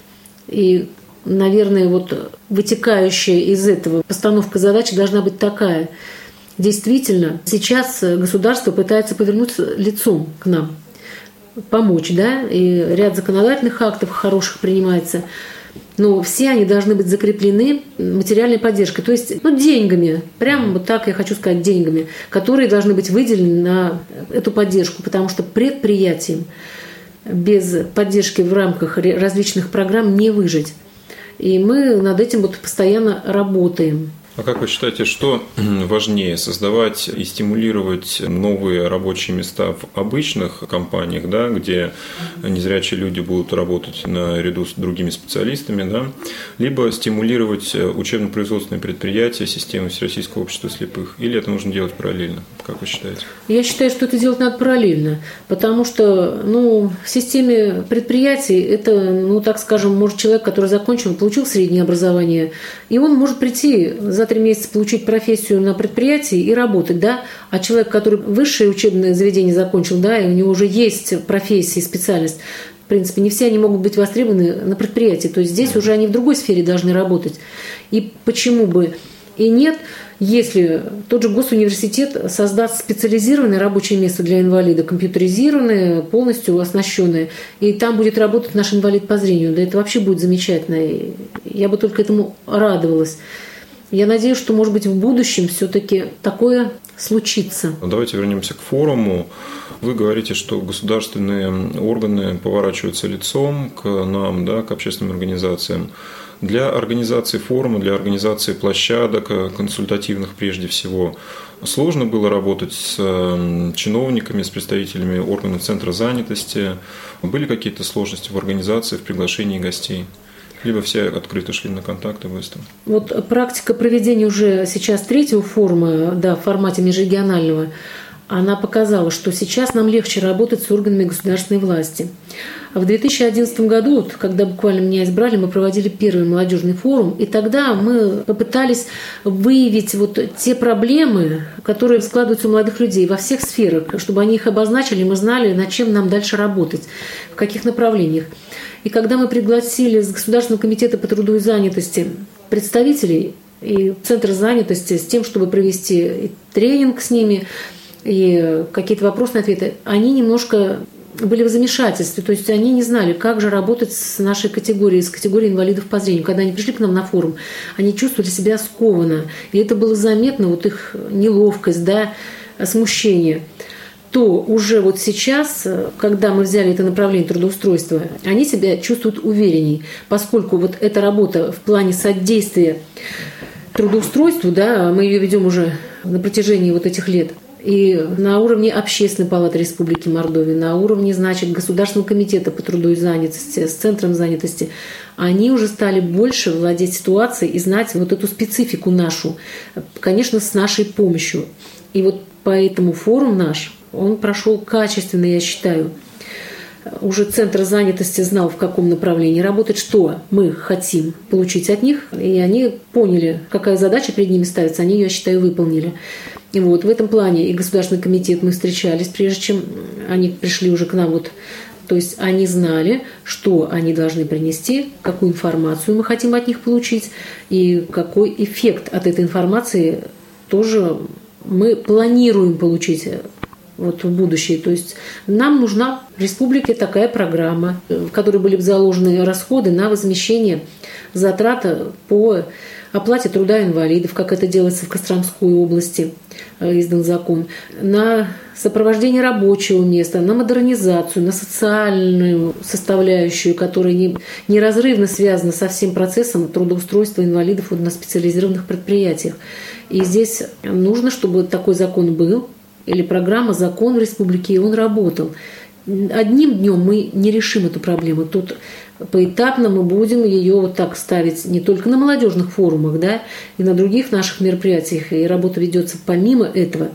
И, наверное, вот вытекающая из этого постановка задачи должна быть такая. Действительно, сейчас государство пытается повернуться лицом к нам, помочь, да, и ряд законодательных актов хороших принимается. Но все они должны быть закреплены материальной поддержкой, то есть деньгами, прямо вот так я хочу сказать, деньгами, которые должны быть выделены на эту поддержку, потому что предприятиям без поддержки в рамках различных программ не выжить. И мы над этим вот постоянно работаем. А как вы считаете, что важнее, создавать и стимулировать новые рабочие места в обычных компаниях, да, где незрячие люди будут работать наряду с другими специалистами, да, либо стимулировать учебно-производственные предприятия системы Всероссийского общества слепых? Или это нужно делать параллельно? Как вы считаете? Я считаю, что это делать надо параллельно, потому что в системе предприятий это, так скажем, может человек, который закончил, получил среднее образование, и он может прийти за 3 месяца получить профессию на предприятии и работать, да, а человек, который высшее учебное заведение закончил, да, и у него уже есть профессия и специальность, в принципе, не все они могут быть востребованы на предприятии, то есть здесь уже они в другой сфере должны работать. И почему бы и нет, если тот же госуниверситет создаст специализированное рабочее место для инвалида, компьютеризированное, полностью оснащенное, и там будет работать наш инвалид по зрению, да это вообще будет замечательно. И я бы только этому радовалась. Я надеюсь, что, может быть, в будущем все-таки такое случится. Давайте вернемся к форуму. Вы говорите, что государственные органы поворачиваются лицом к нам, да, к общественным организациям. Для организации форума, для организации площадок, консультативных прежде всего, сложно было работать с чиновниками, с представителями органов Центра занятости? Были какие-то сложности в организации, в приглашении гостей? Либо все открыто шли на контакты быстро? Вот практика проведения уже сейчас 3-го форума, да, в формате межрегионального, она показала, что сейчас нам легче работать с органами государственной власти. В 2011 году, когда буквально меня избрали, мы проводили первый молодежный форум, и тогда мы попытались выявить вот те проблемы, которые складываются у молодых людей во всех сферах, чтобы они их обозначили, и мы знали, над чем нам дальше работать, в каких направлениях. И когда мы пригласили с Государственного комитета по труду и занятости представителей и Центра занятости с тем, чтобы провести тренинг с ними, и какие-то вопросные ответы, они немножко были в замешательстве, то есть они не знали, как же работать с нашей категорией, с категорией инвалидов по зрению. Когда они пришли к нам на форум, они чувствовали себя скованно, и это было заметно, вот их неловкость, да, смущение. То уже вот сейчас, когда мы взяли это направление трудоустройства, они себя чувствуют уверенней, поскольку вот эта работа в плане содействия трудоустройству, да, мы ее ведем уже на протяжении вот этих лет, и на уровне Общественной палаты Республики Мордовия, на уровне, Государственного комитета по труду и занятости, с Центром занятости, они уже стали больше владеть ситуацией и знать вот эту специфику нашу, конечно, с нашей помощью. И вот поэтому форум наш, он прошел качественно, я считаю. Уже Центр занятости знал, в каком направлении работать, что мы хотим получить от них, и они поняли, какая задача перед ними ставится, они ее, я считаю, выполнили. И вот в этом плане и Государственный комитет мы встречались, прежде чем они пришли уже к нам. Вот, то есть они знали, что они должны принести, какую информацию мы хотим от них получить, и какой эффект от этой информации тоже мы планируем получить вот в будущее. То есть нам нужна в республике такая программа, в которой были бы заложены расходы на возмещение затрат по оплате труда инвалидов, как это делается в Костромской области, издан закон, на сопровождение рабочего места, на модернизацию, на социальную составляющую, которая неразрывно связана со всем процессом трудоустройства инвалидов на специализированных предприятиях. И здесь нужно, чтобы такой закон был, или программа, закон в республике, и он работал. Одним днем мы не решим эту проблему. Тут поэтапно мы будем ее вот так ставить не только на молодежных форумах, да, и на других наших мероприятиях. И работа ведется помимо этого.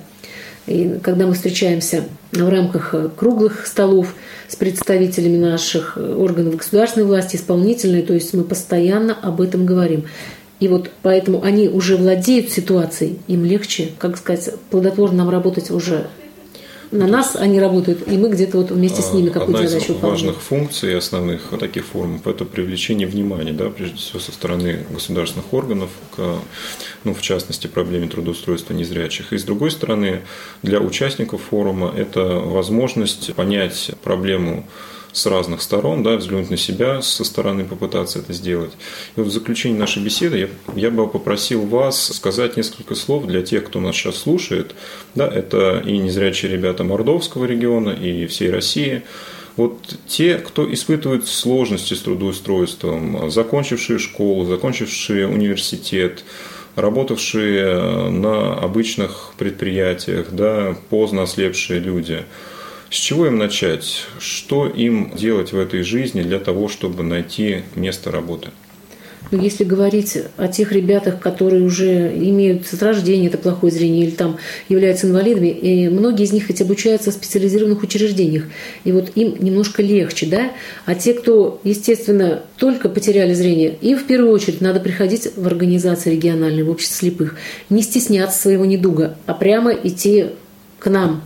И когда мы встречаемся в рамках круглых столов с представителями наших органов государственной власти, исполнительной, то есть мы постоянно об этом говорим. И вот поэтому они уже владеют ситуацией, им легче, как сказать, плодотворно нам работать уже. На нас они работают, и мы где-то вот вместе с ними какую-то задачу выполняем. Одна из важных функций основных таких форумов – это привлечение внимания, да, прежде всего со стороны государственных органов к, в частности, проблеме трудоустройства незрячих. И с другой стороны, для участников форума это возможность понять проблему с разных сторон, да, взглянуть на себя со стороны, попытаться это сделать. И вот в заключение нашей беседы я бы попросил вас сказать несколько слов для тех, кто нас сейчас слушает. Да, это и незрячие ребята Мордовского региона, и всей России. Вот те, кто испытывает сложности с трудоустройством, закончившие школу, закончившие университет, работавшие на обычных предприятиях, да, поздно ослепшие люди, с чего им начать? Что им делать в этой жизни для того, чтобы найти место работы? Но если говорить о тех ребятах, которые уже имеют с рождения это плохое зрение или там являются инвалидами, и многие из них ведь обучаются в специализированных учреждениях, и вот им немножко легче, да? А те, кто, естественно, только потеряли зрение, им в первую очередь надо приходить в организации региональные, в общество слепых, не стесняться своего недуга, а прямо идти к нам.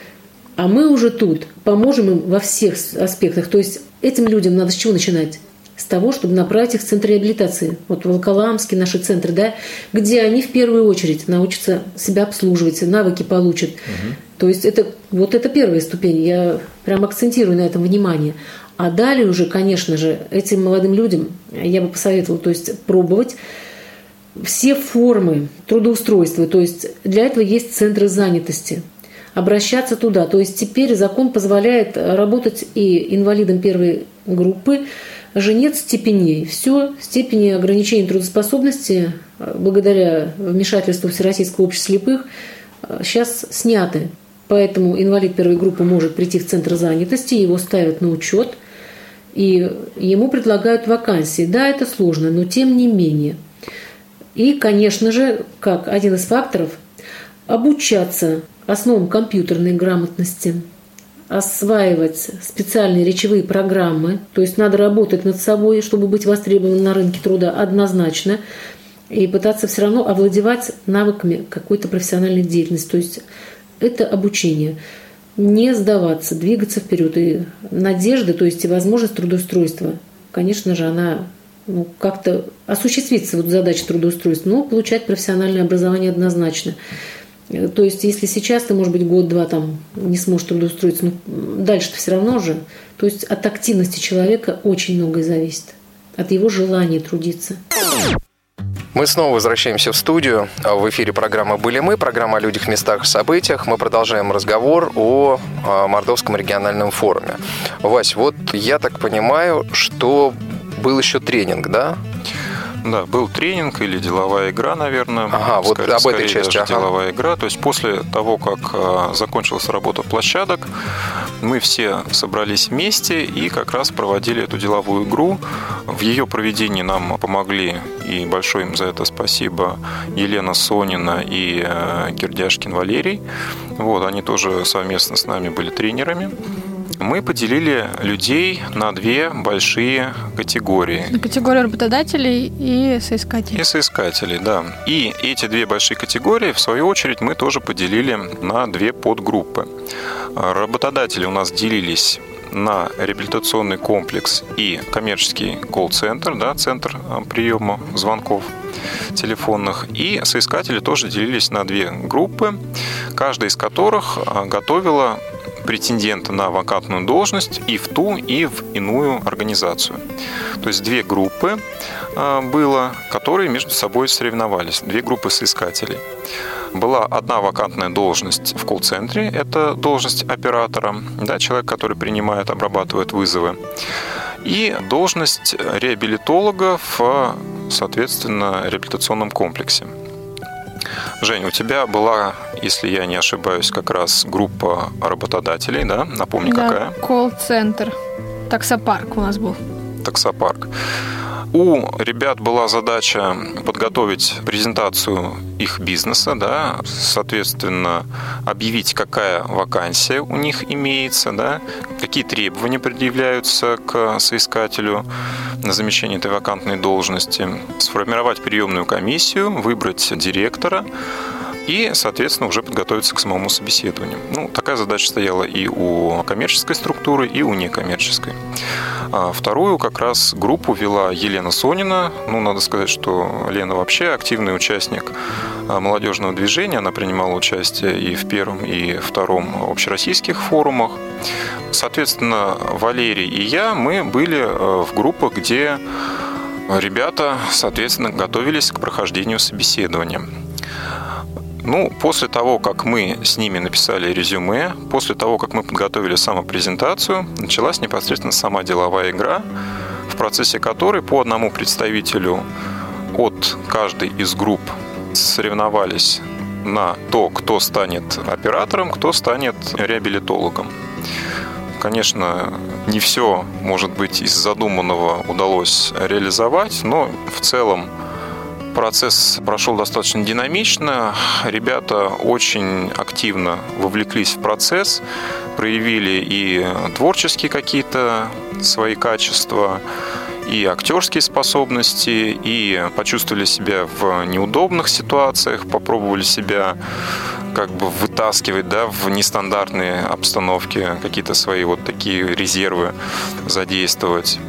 А мы уже тут поможем им во всех аспектах. То есть этим людям надо с чего начинать? С того, чтобы направить их в центр реабилитации. Вот в Волоколамске наши центры, да, где они в первую очередь научатся себя обслуживать, навыки получат. То есть это первая ступень. Я прям акцентирую на этом внимание. А далее уже, конечно же, этим молодым людям я бы посоветовала, то есть пробовать все формы трудоустройства. То есть для этого есть центры занятости. Обращаться туда. То есть теперь закон позволяет работать и инвалидам первой группы, же нет степеней. Все, степени ограничения трудоспособности благодаря вмешательству Всероссийского общества слепых сейчас сняты. Поэтому инвалид первой группы может прийти в центр занятости, его ставят на учет, и ему предлагают вакансии. Да, это сложно, но тем не менее. И, конечно же, как один из факторов, обучаться основам компьютерной грамотности, осваивать специальные речевые программы. То есть надо работать над собой, чтобы быть востребованным на рынке труда однозначно, и пытаться все равно овладевать навыками какой-то профессиональной деятельности. То есть это обучение. Не сдаваться, двигаться вперед. И надежда, то есть и возможность трудоустройства, конечно же, она как-то осуществится, задача трудоустройства, но получать профессиональное образование однозначно. То есть, если сейчас ты, может быть, год-два там не сможешь трудоустроиться, но дальше-то все равно же. То есть от активности человека очень многое зависит, от его желания трудиться. Мы снова возвращаемся в студию. В эфире программа «Были мы», программа о людях, местах и событиях. Мы продолжаем разговор о Мордовском региональном форуме. Вась, вот я так понимаю, что был еще тренинг, да? Да, был тренинг или деловая игра, наверное. Ага, вот об этой части. Деловая игра. То есть после того, как закончилась работа площадок, мы все собрались вместе и как раз проводили эту деловую игру. В ее проведении нам помогли, и большое им за это спасибо, Елена Сонина и Кирдяшкин Валерий. Вот, они тоже совместно с нами были тренерами. Мы поделили людей на две большие категории. На категорию работодателей и соискателей. И соискателей, да. И эти две большие категории, в свою очередь, мы тоже поделили на две подгруппы. Работодатели у нас делились на реабилитационный комплекс и коммерческий колл-центр, да, центр приема звонков телефонных. И соискатели тоже делились на две группы, каждая из которых готовила претендента на вакантную должность и в ту, и в иную организацию. То есть две группы было, которые между собой соревновались, две группы соискателей. Была одна вакантная должность в колл-центре, это должность оператора, да, человек, который принимает, обрабатывает вызовы, и должность реабилитолога в, соответственно, реабилитационном комплексе. Жень, у тебя была, если я не ошибаюсь, как раз группа работодателей, да? Напомни, да, какая? Колл-центр. Таксопарк у нас был. Таксопарк. У ребят была задача подготовить презентацию их бизнеса, да, соответственно, объявить, какая вакансия у них имеется, да, какие требования предъявляются к соискателю на замещение этой вакантной должности, сформировать приемную комиссию, выбрать директора и, соответственно, уже подготовиться к самому собеседованию. Такая задача стояла и у коммерческой структуры, и у некоммерческой. Вторую как раз группу вела Елена Сонина. Надо сказать, что Лена вообще активный участник молодежного движения. Она принимала участие и в первом, и втором общероссийских форумах. Соответственно, Валерий и я, мы были в группах, где ребята, соответственно, готовились к прохождению собеседования. После того, как мы с ними написали резюме, после того, как мы подготовили самопрезентацию, началась непосредственно сама деловая игра, в процессе которой по одному представителю от каждой из групп соревновались на то, кто станет оператором, кто станет реабилитологом. Конечно, не все, может быть, из задуманного удалось реализовать, но в целом процесс прошел достаточно динамично. Ребята очень активно вовлеклись в процесс, проявили и творческие какие-то свои качества, и актерские способности, и почувствовали себя в неудобных ситуациях, попробовали себя как бы вытаскивать, в нестандартные обстановки, какие-то свои вот такие резервы задействовать.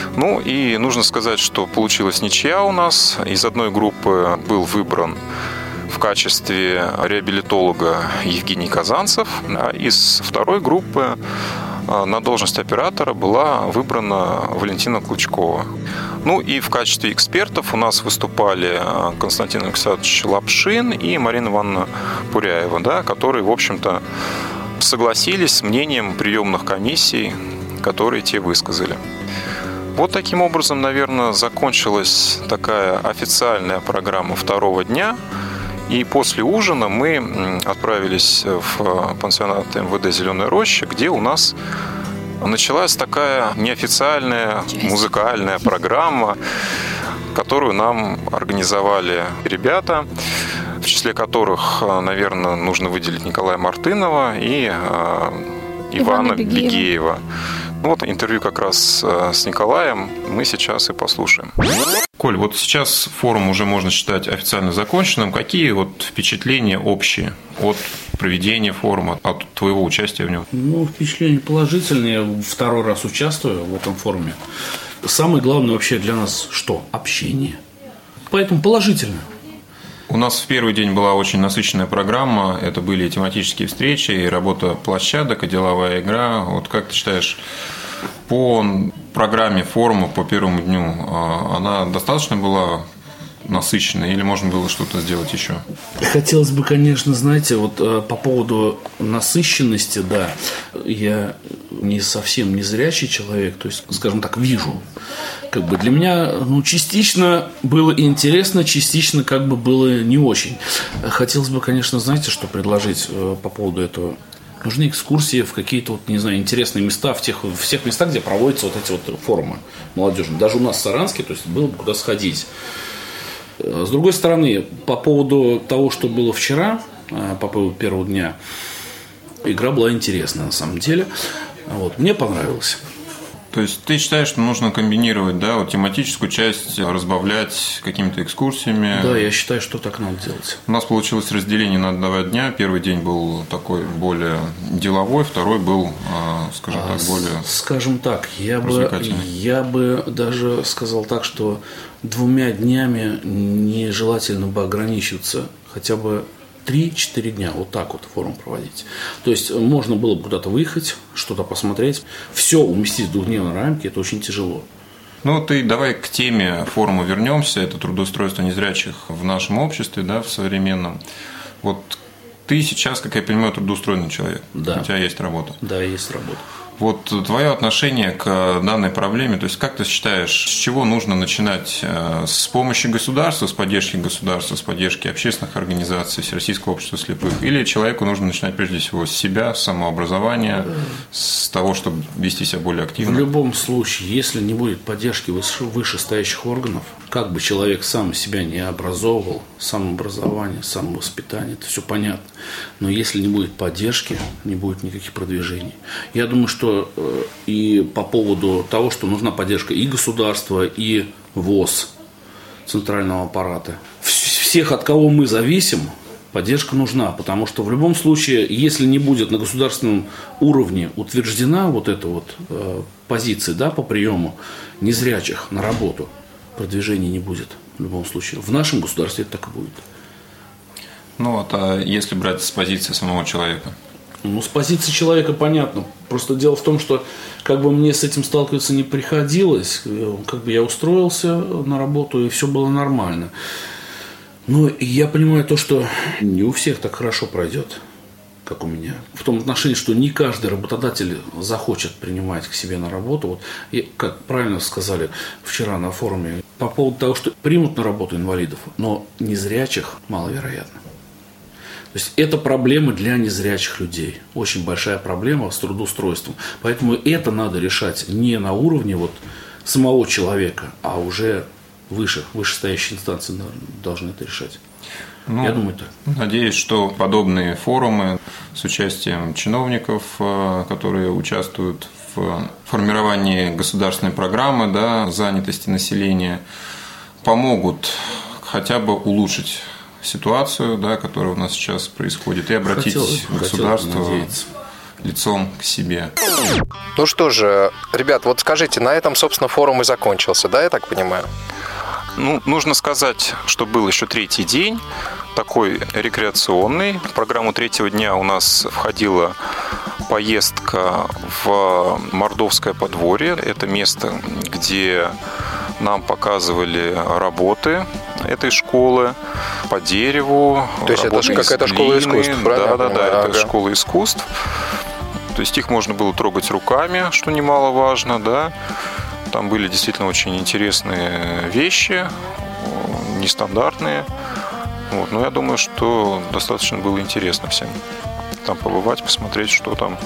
И нужно сказать, что получилась ничья у нас. Из одной группы был выбран в качестве реабилитолога Евгений Казанцев, а из второй группы на должность оператора была выбрана Валентина Клычкова. И в качестве экспертов у нас выступали Константин Александрович Лапшин и Марина Ивановна Пуряева, которые, в общем-то, согласились с мнением приемных комиссий, которые те высказали. Вот таким образом, наверное, закончилась такая официальная программа второго дня. И после ужина мы отправились в пансионат МВД «Зеленая роща», где у нас началась такая неофициальная музыкальная программа, которую нам организовали ребята, в числе которых, наверное, нужно выделить Николая Мартынова и Ивана Бегеева. Интервью как раз с Николаем мы сейчас и послушаем. Коль, вот сейчас форум уже можно считать официально законченным. Какие впечатления общие от проведения форума, от твоего участия в нем? Впечатления положительные. Я второй раз участвую в этом форуме. Самое главное вообще для нас что? Общение. Поэтому положительно. У нас в первый день была очень насыщенная программа. Это были тематические встречи, и работа площадок, и деловая игра. Как ты считаешь, по программе форума, по первому дню, она достаточно была насыщенной или можно было что-то сделать еще? Хотелось бы, конечно, знаете, по поводу насыщенности, я не совсем незрячий человек, то есть, скажем так, вижу. Для меня, частично было интересно, частично было не очень. Хотелось бы, конечно, знаете, что предложить по поводу этого? Нужны экскурсии в какие-то, интересные места, в тех местах, где проводятся эти форумы молодежные. Даже у нас в Саранске, то есть, было бы куда сходить. С другой стороны, по поводу того, что было вчера, по поводу первого дня, игра была интересная на самом деле. Мне понравилось. То есть ты считаешь, что нужно комбинировать, тематическую часть, разбавлять какими-то экскурсиями? Да, я считаю, что так надо делать. У нас получилось разделение на 2 дня. Первый день был такой более деловой, второй был, скажем так, я бы даже сказал так, что 2 днями нежелательно бы ограничиваться, хотя бы 3-4 дня форум проводить. То есть можно было бы куда-то выехать, что-то посмотреть. Все уместить в 2-дневной рамке – это очень тяжело. Давай к теме форума вернемся. Это трудоустройство незрячих в нашем обществе, в современном. Ты сейчас, как я понимаю, трудоустроенный человек. Да. У тебя есть работа. Да, есть работа. Твое отношение к данной проблеме, то есть как ты считаешь, с чего нужно начинать? С помощи государства, с поддержки государства, с поддержки общественных организаций, Всероссийского общества слепых? Или человеку нужно начинать прежде всего с себя, с самообразования, с того, чтобы вести себя более активно? В любом случае, если не будет поддержки вышестоящих органов, как бы человек сам себя не образовывал, самообразование, самовоспитание, это все понятно. Но если не будет поддержки, не будет никаких продвижений. Я думаю, что и по поводу того, что нужна поддержка и государства, и ВОС, центрального аппарата. Всех, от кого мы зависим, поддержка нужна, потому что в любом случае, если не будет на государственном уровне утверждена эта позиция по приему незрячих на работу, продвижения не будет в любом случае. В нашем государстве это так и будет. А если брать с позиции самого человека? С позиции человека понятно. Просто дело в том, что мне с этим сталкиваться не приходилось. Я устроился на работу, и все было нормально. Ну, и я понимаю то, что не у всех так хорошо пройдет, как у меня. В том отношении, что не каждый работодатель захочет принимать к себе на работу. Вот, и, как правильно сказали вчера на форуме, по поводу того, что примут на работу инвалидов, но незрячих маловероятно. То есть это проблема для незрячих людей. Очень большая проблема с трудоустройством. Поэтому это надо решать не на уровне вот самого человека, а уже вышестоящие инстанции должны это решать. Я думаю так. Надеюсь, что подобные форумы с участием чиновников, которые участвуют в формировании государственной программы, да, занятости населения, помогут хотя бы улучшить ситуацию, да, которая у нас сейчас происходит, и обратить государство лицом к себе. Ну что же, ребят, вот скажите, на этом, собственно, форум и закончился, да, я так понимаю? Ну, нужно сказать, что был еще третий день, такой рекреационный. В программу третьего дня у нас входила поездка в Мордовское подворье. Это место, где нам показывали работы этой школы по дереву. То есть это же какая-то школа искусств, правильно? Да, это школа искусств. То есть их можно было трогать руками, что немаловажно, да. Там были действительно очень интересные вещи, нестандартные. Вот. Но я думаю, что достаточно было интересно всем там побывать, посмотреть, что там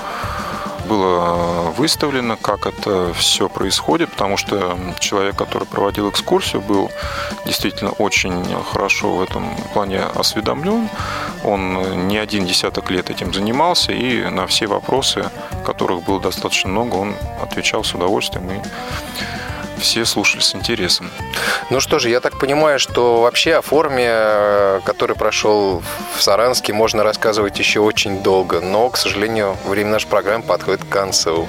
было выставлено, как это все происходит, потому что человек, который проводил экскурсию, был действительно очень хорошо в этом плане осведомлен. Он не один десяток лет этим занимался, и на все вопросы, которых было достаточно много, он отвечал с удовольствием, и все слушали с интересом. Ну что же, я так понимаю, что вообще о форуме, который прошел в Саранске, можно рассказывать еще очень долго, но, к сожалению, время нашей программы подходит к концу.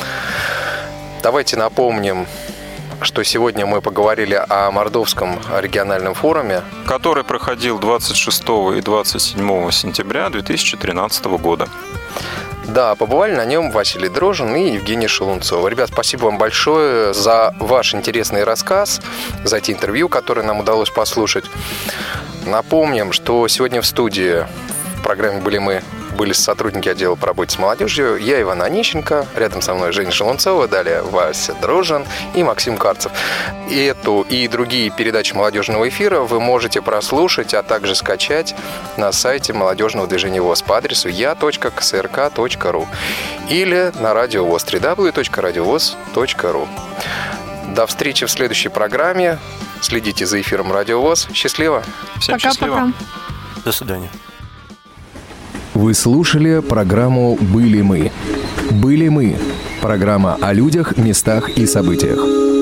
Давайте напомним, что сегодня мы поговорили о Мордовском региональном форуме, который проходил 26 и 27 сентября 2013 года. Да, побывали на нем Василий Дрожжин и Евгения Шелунцова. Ребят, спасибо вам большое за ваш интересный рассказ, за эти интервью, которые нам удалось послушать. Напомним, что сегодня в студии в программе были сотрудники отдела по работе с молодежью. Я Иван Онищенко, рядом со мной Женя Шелунцова, далее Вася Дрожжин и Максим Карцев. Эту и другие передачи молодежного эфира вы можете прослушать, а также скачать на сайте молодежного движения ВОС по адресу ya.ksrk.ru или на радио ВОС www.radiovoz.ru. До встречи в следующей программе. Следите за эфиром Радио ВОС. Счастливо! Всем Пока-пока. счастливо! До свидания. Вы слушали программу «Были мы». «Были мы» – программа о людях, местах и событиях.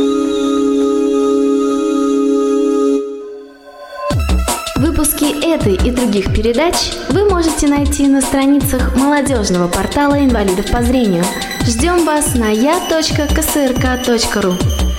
Выпуски этой и других передач вы можете найти на страницах молодежного портала инвалидов по зрению. Ждем вас на ya.ksrk.ru.